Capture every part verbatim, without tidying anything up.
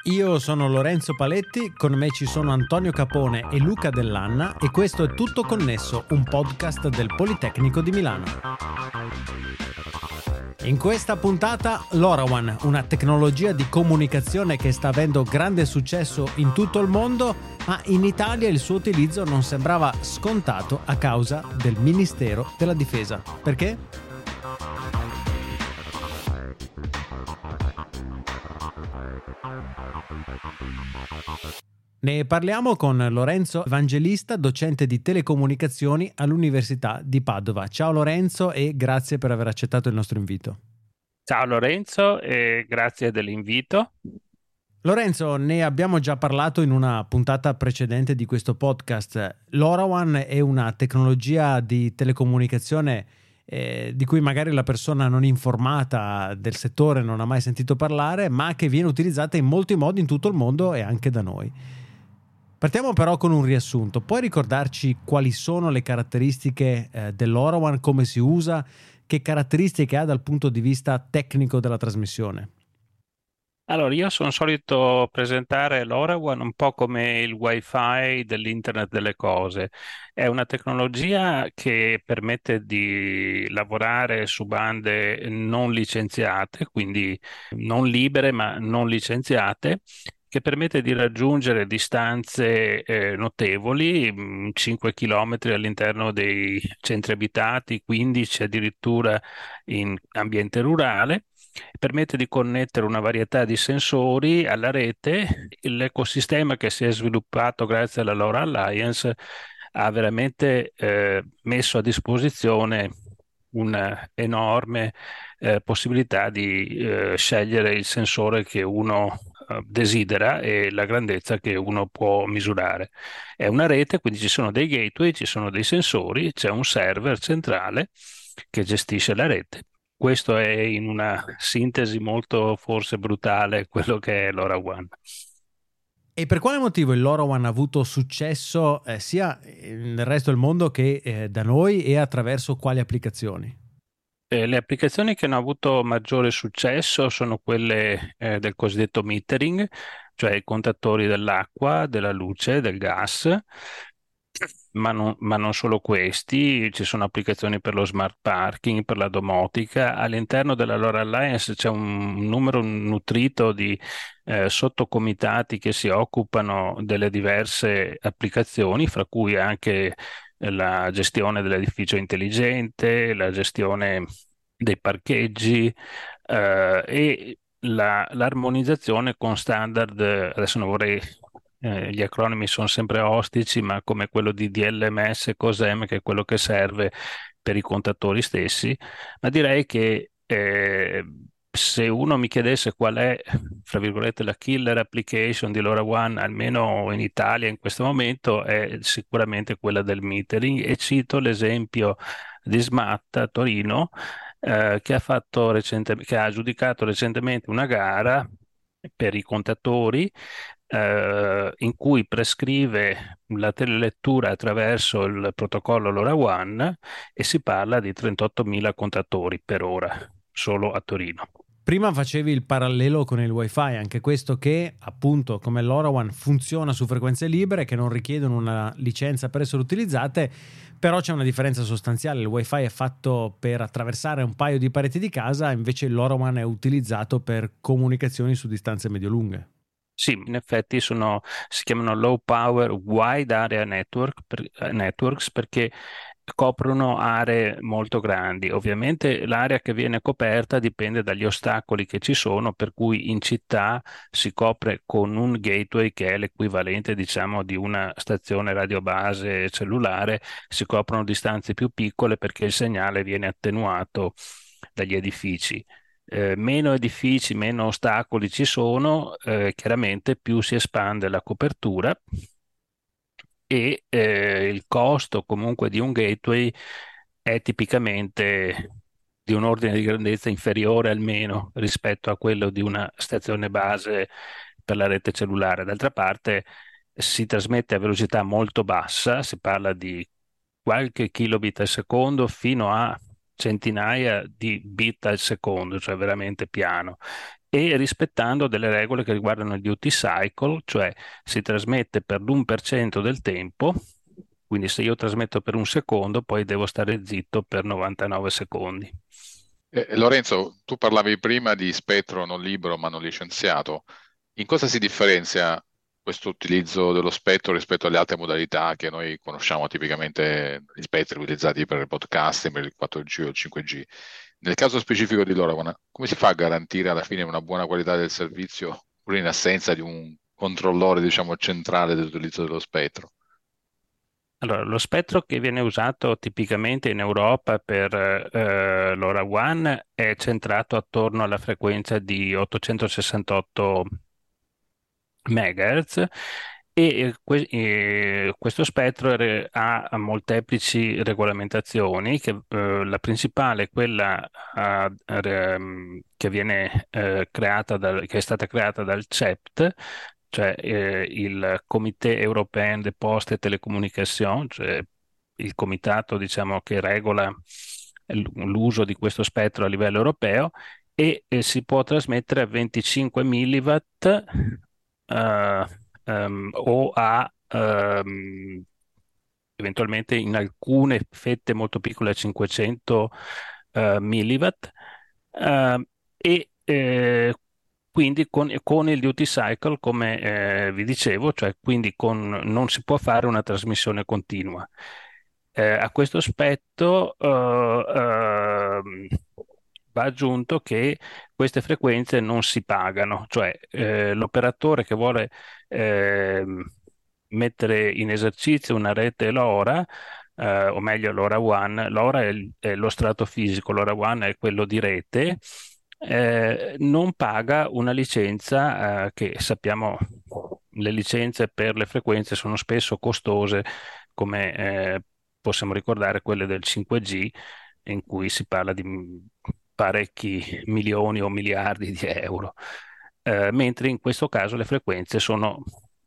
Io sono Lorenzo Paletti, con me ci sono Antonio Capone e Luca Dell'Anna e questo è Tutto Connesso, un podcast del Politecnico di Milano. In questa puntata LoRaWAN, una tecnologia di comunicazione che sta avendo grande successo in tutto il mondo, ma in Italia il suo utilizzo non sembrava scontato a causa del Ministero della Difesa. Perché? Ne parliamo con Lorenzo Evangelista, docente di telecomunicazioni all'Università di Padova. Ciao Lorenzo e grazie per aver accettato il nostro invito. Ciao Lorenzo e grazie dell'invito. Lorenzo, ne abbiamo già parlato in una puntata precedente di questo podcast. LoRaWAN è una tecnologia di telecomunicazione eh, di cui magari la persona non informata del settore non ha mai sentito parlare, ma che viene utilizzata in molti modi in tutto il mondo e anche da noi. Partiamo però con un riassunto. Puoi ricordarci quali sono le caratteristiche eh, dell'LoRaWAN, come si usa, che caratteristiche ha dal punto di vista tecnico della trasmissione? Allora, io sono solito presentare LoRaWAN un po' come il wifi dell'Internet delle cose. È una tecnologia che permette di lavorare su bande non licenziate, quindi non libere ma non licenziate, che permette di raggiungere distanze eh, notevoli, mh, cinque chilometri all'interno dei centri abitati, quindici addirittura in ambiente rurale. Permette di connettere una varietà di sensori alla rete. L'ecosistema che si è sviluppato grazie alla LoRa Alliance ha veramente eh, messo a disposizione una enorme eh, possibilità di eh, scegliere il sensore che uno eh, desidera e la grandezza che uno può misurare. È una rete, quindi ci sono dei gateway, ci sono dei sensori, c'è un server centrale che gestisce la rete. Questo è in una sintesi molto forse brutale quello che è LoRaWAN. E per quale motivo il LoRaWAN ha avuto successo eh, sia nel resto del mondo che eh, da noi e attraverso quali applicazioni? Eh, le applicazioni che hanno avuto maggiore successo sono quelle eh, del cosiddetto metering, cioè i contatori dell'acqua, della luce, del gas, ma non, ma non solo questi, ci sono applicazioni per lo smart parking, per la domotica. All'interno della LoRa Alliance c'è un numero nutrito di eh, sottocomitati che si occupano delle diverse applicazioni, fra cui anche la gestione dell'edificio intelligente, la gestione dei parcheggi eh, e la- l'armonizzazione con standard. Adesso non vorrei, eh, gli acronimi sono sempre ostici, ma come quello di D L M S e COSEM, che è quello che serve per i contatori stessi, ma direi che eh, se uno mi chiedesse qual è, fra virgolette, la killer application di LoRaWAN, almeno in Italia in questo momento, è sicuramente quella del metering, e cito l'esempio di SMAT a Torino, eh, che ha fatto recente- che ha aggiudicato recentemente una gara per i contatori eh, in cui prescrive la telelettura attraverso il protocollo LoRaWAN, e si parla di trentottomila contatori per ora, solo a Torino. Prima facevi il parallelo con il wifi, anche questo che appunto come LoRaWAN funziona su frequenze libere che non richiedono una licenza per essere utilizzate, però c'è una differenza sostanziale. Il wifi è fatto per attraversare un paio di pareti di casa, invece il LoRaWAN è utilizzato per comunicazioni su distanze medio-lunghe. Sì, in effetti sono, si chiamano low power wide area network per- eh, networks perché coprono aree molto grandi. Ovviamente l'area che viene coperta dipende dagli ostacoli che ci sono, per cui in città si copre con un gateway che è l'equivalente, diciamo, di una stazione radiobase cellulare. Si coprono distanze più piccole perché il segnale viene attenuato dagli edifici. Eh, meno edifici, meno ostacoli ci sono, eh, chiaramente più si espande la copertura, e eh, il costo comunque di un gateway è tipicamente di un ordine di grandezza inferiore almeno rispetto a quello di una stazione base per la rete cellulare. D'altra parte si trasmette a velocità molto bassa, si parla di qualche kilobit al secondo fino a centinaia di bit al secondo, cioè veramente piano. e rispettando delle regole che riguardano il duty cycle, cioè si trasmette per l'uno per cento del tempo, quindi se io trasmetto per un secondo, poi devo stare zitto per novantanove secondi. Eh, Lorenzo, tu parlavi prima di spettro non libero ma non licenziato. In cosa si differenzia questo utilizzo dello spettro rispetto alle altre modalità che noi conosciamo tipicamente, gli spettri utilizzati per il podcasting, per il quattro G o il cinque G? Nel caso specifico di LoRaWAN, come si fa a garantire alla fine una buona qualità del servizio, pur in assenza di un controllore, diciamo, centrale dell'utilizzo dello spettro? Allora, lo spettro che viene usato tipicamente in Europa per eh, LoRaWAN è centrato attorno alla frequenza di ottocentosessantotto megahertz e eh, que- eh, questo spettro re- ha molteplici regolamentazioni, che, eh, la principale è quella ah, re- che viene eh, creata dal- che è stata creata dal C E P T, cioè eh, il Comité Européen des Postes et Télécommunications, cioè il comitato, diciamo, che regola l- l'uso di questo spettro a livello europeo, e eh, si può trasmettere a venticinque milliwatt eh, ehm, o a ehm, eventualmente in alcune fette molto piccole a cinquecento eh, milliwatt, eh, e eh, quindi con, con il duty cycle, come eh, vi dicevo, cioè quindi con, non si può fare una trasmissione continua. Eh, a questo aspetto eh, ehm, va aggiunto che queste frequenze non si pagano, cioè eh, l'operatore che vuole ehm, mettere in esercizio una rete LoRa, eh, o meglio LoRaWAN, LoRa è, il- è lo strato fisico, LoRaWAN è quello di rete, eh, non paga una licenza, eh, che sappiamo, le licenze per le frequenze sono spesso costose, come eh, possiamo ricordare quelle del cinque G, in cui si parla di m- parecchi milioni o miliardi di euro. Eh, mentre in questo caso le frequenze sono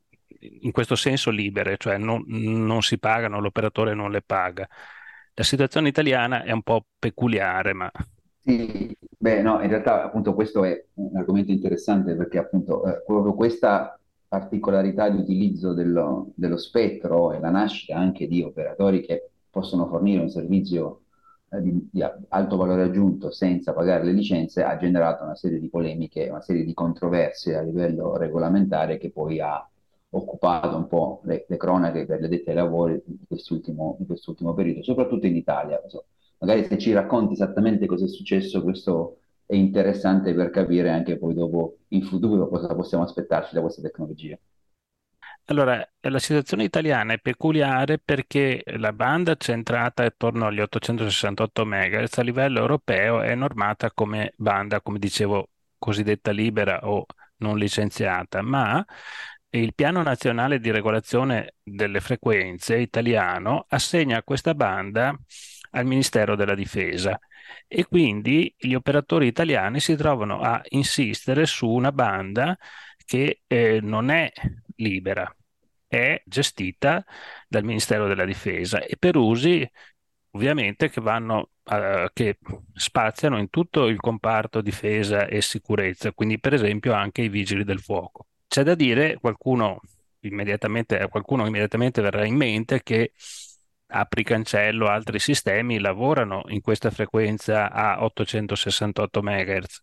in questo senso libere, cioè non, non si pagano, l'operatore non le paga. La situazione italiana è un po' peculiare, ma Sì, beh, no, in realtà appunto questo è un argomento interessante perché appunto eh, proprio questa particolarità di utilizzo dello, dello spettro e la nascita anche di operatori che possono fornire un servizio eh, di, di alto valore aggiunto senza pagare le licenze ha generato una serie di polemiche, una serie di controversie a livello regolamentare che poi ha occupato un po' le, le cronache per le dette ai lavori di quest'ultimo, di quest'ultimo periodo, soprattutto in Italia. Magari se ci racconti esattamente cosa è successo, questo è interessante per capire anche poi dopo in futuro cosa possiamo aspettarci da queste tecnologie. allora, la situazione italiana è peculiare perché la banda centrata attorno agli ottocentosessantotto megahertz a livello europeo è normata come banda, come dicevo, cosiddetta libera o non licenziata, ma il Piano Nazionale di Regolazione delle Frequenze italiano assegna questa banda al Ministero della Difesa, e quindi gli operatori italiani si trovano a insistere su una banda che eh, non è libera, è gestita dal Ministero della Difesa e per usi ovviamente che vanno eh, che spaziano in tutto il comparto difesa e sicurezza, quindi per esempio anche i vigili del fuoco. C'è da dire, qualcuno immediatamente, a qualcuno immediatamente verrà in mente che Apri Cancello, altri sistemi lavorano in questa frequenza a ottocentosessantotto megahertz,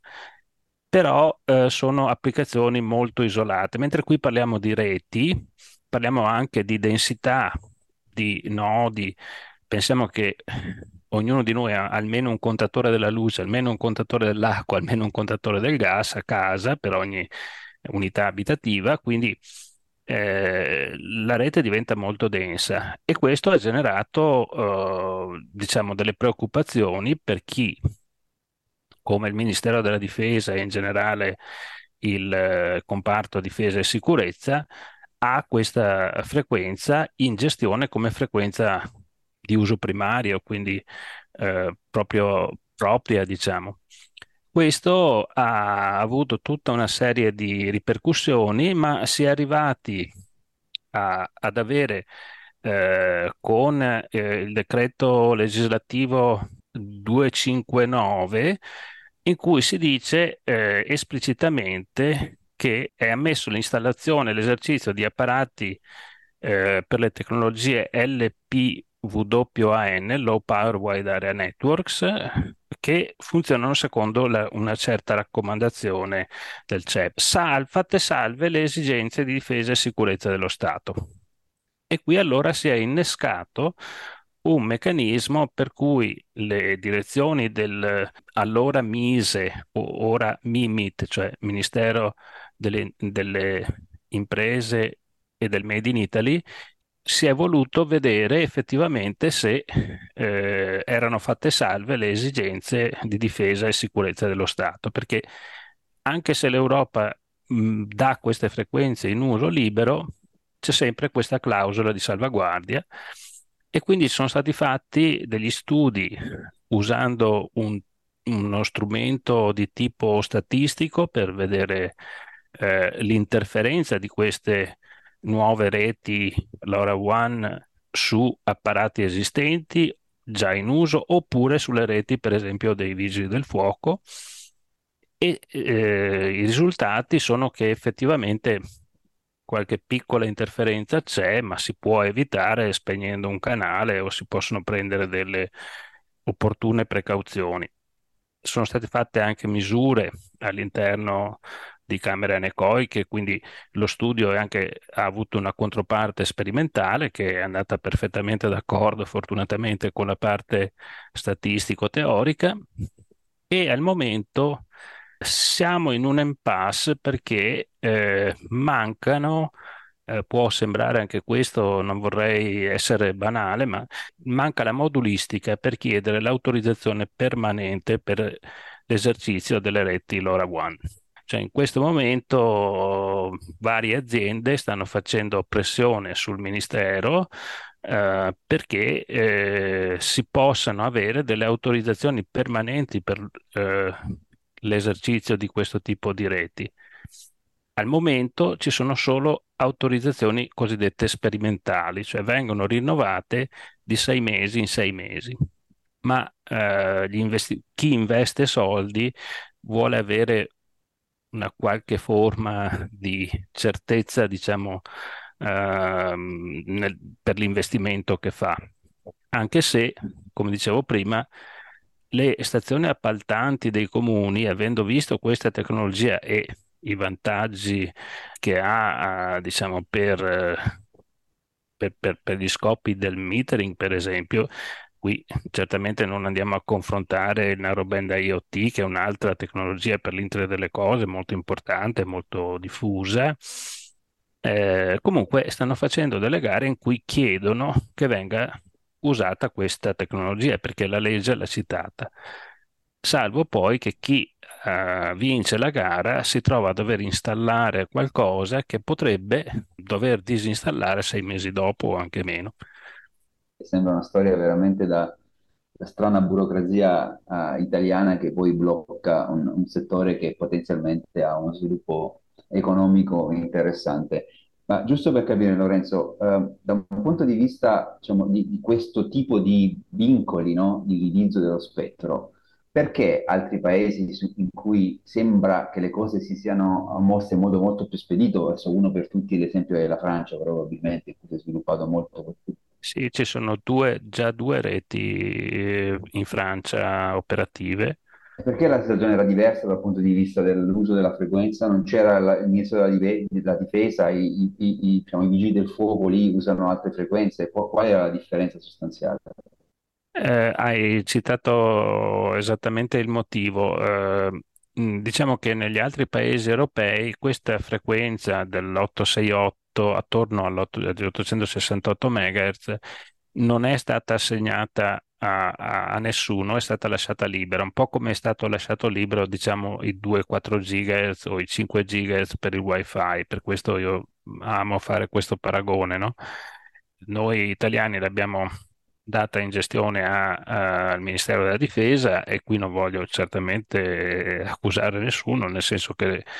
però eh, sono applicazioni molto isolate, mentre qui parliamo di reti, parliamo anche di densità di nodi. Pensiamo che ognuno di noi ha almeno un contatore della luce, almeno un contatore dell'acqua, almeno un contatore del gas a casa per ogni unità abitativa, quindi eh, la rete diventa molto densa e questo ha generato, eh, diciamo, delle preoccupazioni per chi, come il Ministero della Difesa e in generale il eh, comparto difesa e sicurezza, ha questa frequenza in gestione come frequenza di uso primario, quindi eh, proprio propria, diciamo. Questo ha avuto tutta una serie di ripercussioni, ma si è arrivati a- ad avere eh, con eh, il decreto legislativo duecentocinquantanove in cui si dice eh, esplicitamente che è ammesso l'installazione e l'esercizio di apparati eh, per le tecnologie L P W A N, Low Power Wide Area Networks, eh, che funzionano secondo la- una certa raccomandazione del C E P, sal- fatte salve le esigenze di difesa e sicurezza dello Stato. E qui allora si è innescato un meccanismo per cui le direzioni del allora MISE o ora MIMIT, cioè Ministero delle, delle Imprese e del Made in Italy, si è voluto vedere effettivamente se eh, erano fatte salve le esigenze di difesa e sicurezza dello Stato, perché anche se l'Europa mh, dà queste frequenze in uso libero, c'è sempre questa clausola di salvaguardia e quindi sono stati fatti degli studi usando un- uno strumento di tipo statistico per vedere eh, l'interferenza di queste nuove reti LoRaWAN su apparati esistenti già in uso oppure sulle reti, per esempio, dei vigili del fuoco. E eh, i risultati sono che effettivamente qualche piccola interferenza c'è, ma si può evitare spegnendo un canale o si possono prendere delle opportune precauzioni. Sono state fatte anche misure all'interno di camere anecoiche, quindi lo studio è anche- ha avuto una controparte sperimentale che è andata perfettamente d'accordo, fortunatamente, con la parte statistico-teorica e al momento siamo in un impasse perché eh, mancano, eh, può sembrare anche questo, non vorrei essere banale, ma manca la modulistica per chiedere l'autorizzazione permanente per l'esercizio delle reti LoRaWAN. Cioè in questo momento varie aziende stanno facendo pressione sul Ministero eh, perché eh, si possano avere delle autorizzazioni permanenti per eh, l'esercizio di questo tipo di reti. Al momento ci sono solo autorizzazioni cosiddette sperimentali, cioè vengono rinnovate di sei mesi in sei mesi, ma eh, gli investi- chi investe soldi vuole avere una qualche forma di certezza, diciamo, ehm, nel- per l'investimento che fa. Anche se, come dicevo prima, le stazioni appaltanti dei comuni, avendo visto questa tecnologia e i vantaggi che ha, eh, diciamo, per, eh, per- per- per gli scopi del metering, per esempio, qui certamente non andiamo a confrontare il Narrowband IoT, che è un'altra tecnologia per l'internet delle cose molto importante, molto diffusa. Eh, comunque stanno facendo delle gare in cui chiedono che venga usata questa tecnologia perché la legge l'ha citata, salvo poi che chi eh, vince la gara si trova a dover installare qualcosa che potrebbe dover disinstallare sei mesi dopo o anche meno. Sembra una storia veramente da, da strana burocrazia eh, italiana che poi blocca un, un settore che potenzialmente ha uno sviluppo economico interessante. Ma giusto per capire, Lorenzo, eh, da un punto di vista, diciamo, di, di questo tipo di vincoli, no, di utilizzo dello spettro, perché altri paesi su- in cui sembra che le cose si siano mosse in modo molto più spedito, adesso uno per tutti l'esempio è la Francia probabilmente, in cui si è sviluppato molto questo. Sì, ci sono due, già due reti eh, in Francia operative. E perché la situazione era diversa dal punto di vista dell'uso della frequenza? Non c'era la- il ministro della, dive- della difesa, i, i- i- i- diciamo, i vigili del fuoco lì usano altre frequenze. Qu- Qual era la differenza sostanziale? Eh, hai citato esattamente il motivo. Eh, mh, diciamo che negli altri paesi europei questa frequenza dell'ottocentosesantotto attorno all'otto- agli ottocentosessantotto MHz non è stata assegnata a, a- a nessuno, è stata lasciata libera, un po' come è stato lasciato libero, diciamo, i due quattro GHz o i cinque GHz per il wifi. Per questo io amo fare questo paragone, no? Noi italiani l'abbiamo data in gestione a- a- al Ministero della Difesa e qui non voglio certamente accusare nessuno, nel senso che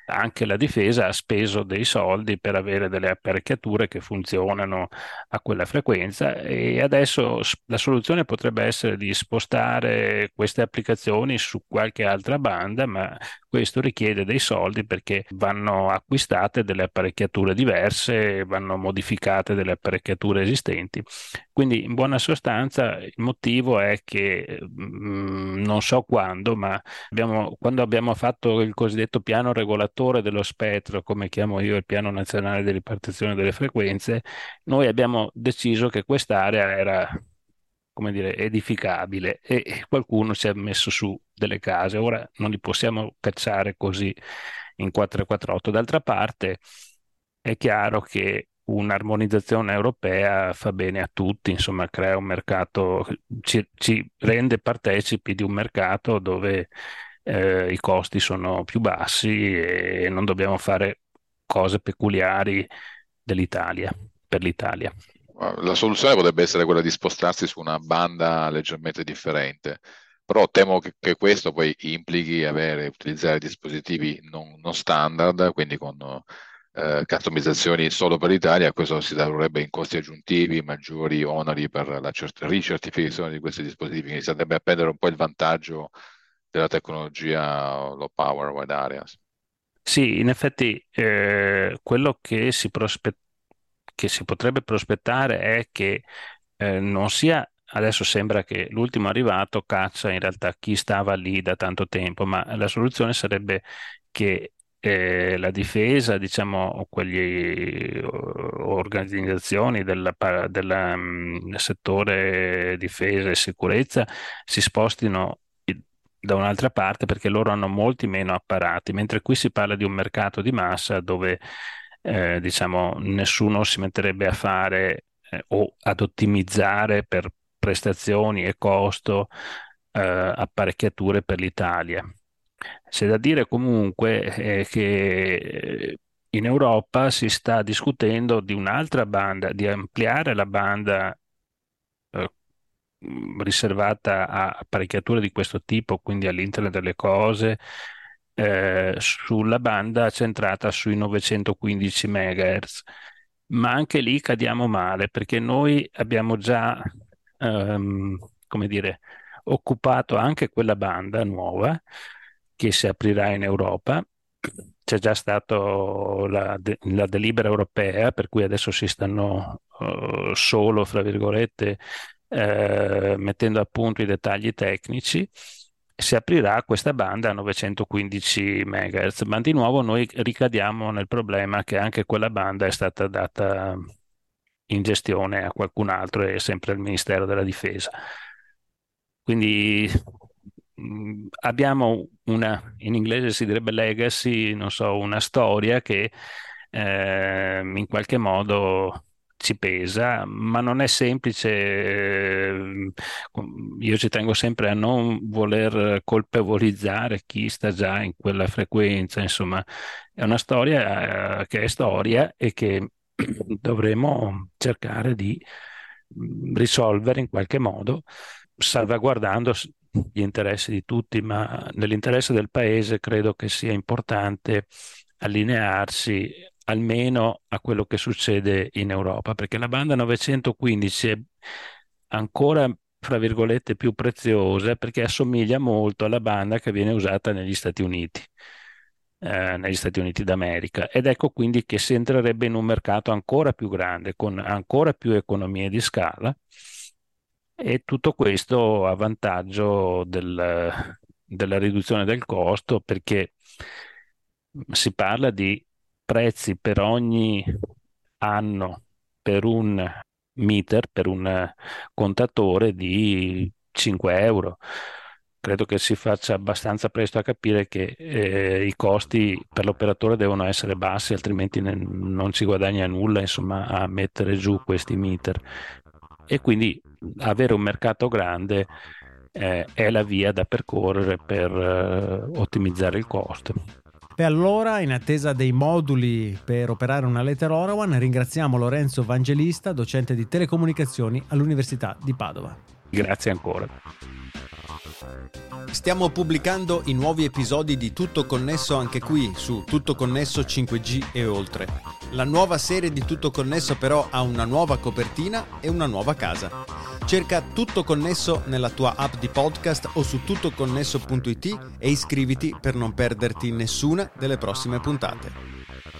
anche la difesa ha speso dei soldi per avere delle apparecchiature che funzionano a quella frequenza, e adesso la soluzione potrebbe essere di spostare queste applicazioni su qualche altra banda, ma questo richiede dei soldi perché vanno acquistate delle apparecchiature diverse, vanno modificate delle apparecchiature esistenti. Quindi in buona sostanza il motivo è che mh, non so quando, ma abbiamo, quando abbiamo fatto il cosiddetto piano regolatore dello spettro, come chiamo io il piano nazionale di ripartizione delle frequenze, noi abbiamo deciso che quest'area era, come dire, edificabile, e qualcuno ci ha messo su delle case. Ora non li possiamo cacciare così in quattrocentoquarantotto. D'altra parte è chiaro che un'armonizzazione europea fa bene a tutti, insomma, crea un mercato, ci, ci rende partecipi di un mercato dove eh, i costi sono più bassi e non dobbiamo fare cose peculiari dell'Italia, per l'Italia. La soluzione potrebbe essere quella di spostarsi su una banda leggermente differente, però temo che, che questo poi implichi avere, utilizzare dispositivi non, non standard, quindi con eh, customizzazioni solo per l'Italia. Questo si tradurrebbe in costi aggiuntivi, maggiori oneri per la cert- ricertificazione di questi dispositivi, quindi si andrebbe a perdere un po' il vantaggio della tecnologia low power wide areas. Sì, in effetti eh, quello che si, prospe- che si potrebbe prospettare è che eh, non sia, adesso sembra che l'ultimo arrivato caccia in realtà chi stava lì da tanto tempo, ma la soluzione sarebbe che eh, la difesa, diciamo, o quegli o- organizzazioni della pa- della, mm, del settore difesa e sicurezza si spostino da un'altra parte, perché loro hanno molti meno apparati, mentre qui si parla di un mercato di massa dove eh, diciamo nessuno si metterebbe a fare eh, o ad ottimizzare per prestazioni e costo eh, apparecchiature per l'Italia. C'è da dire comunque eh, che eh, in Europa si sta discutendo di un'altra banda, di ampliare la banda eh, mh, riservata a apparecchiature di questo tipo, quindi all'Internet delle cose, eh, sulla banda centrata sui novecentoquindici megahertz. Ma anche lì cadiamo male perché noi abbiamo già, ehm, come dire, occupato anche quella banda nuova che si aprirà in Europa. C'è già stata la, de- la delibera europea, per cui adesso si stanno eh, solo, fra virgolette, eh, mettendo a punto i dettagli tecnici. Si aprirà questa banda a novecentoquindici megahertz, ma di nuovo noi ricadiamo nel problema che anche quella banda è stata data in gestione a qualcun altro, e sempre al Ministero della Difesa. Quindi mh, abbiamo una, in inglese si direbbe legacy, non so, una storia che eh, in qualche modo ci pesa, ma non è semplice. eh, Io ci tengo sempre a non voler colpevolizzare chi sta già in quella frequenza, insomma, è una storia eh, che è storia e che dovremo cercare di mh, risolvere in qualche modo, salvaguardando s- gli interessi di tutti, ma nell'interesse del paese credo che sia importante allinearsi almeno a quello che succede in Europa, perché la banda novecentoquindici è ancora, fra virgolette, più preziosa perché assomiglia molto alla banda che viene usata negli Stati Uniti, eh, negli Stati Uniti d'America. Ed ecco quindi che si entrerebbe in un mercato ancora più grande, con ancora più economie di scala, e tutto questo a vantaggio del- della riduzione del costo, perché si parla di prezzi per ogni anno per un meter, per un contatore di cinque euro. Credo che si faccia abbastanza presto a capire che eh, i costi per l'operatore devono essere bassi, altrimenti ne- non si guadagna nulla, insomma, a mettere giù questi meter. E quindi avere un mercato grande eh, è la via da percorrere per eh, ottimizzare il costo. E allora, in attesa dei moduli per operare una rete LoRaWAN, ringraziamo Lorenzo Vangelista, docente di telecomunicazioni all'Università di Padova. Grazie ancora. Stiamo pubblicando i nuovi episodi di Tutto Connesso anche qui su Tutto Connesso cinque G e oltre. La nuova serie di Tutto Connesso però ha una nuova copertina e una nuova casa. Cerca Tutto Connesso nella tua app di podcast o su tuttoconnesso punto it e iscriviti per non perderti nessuna delle prossime puntate.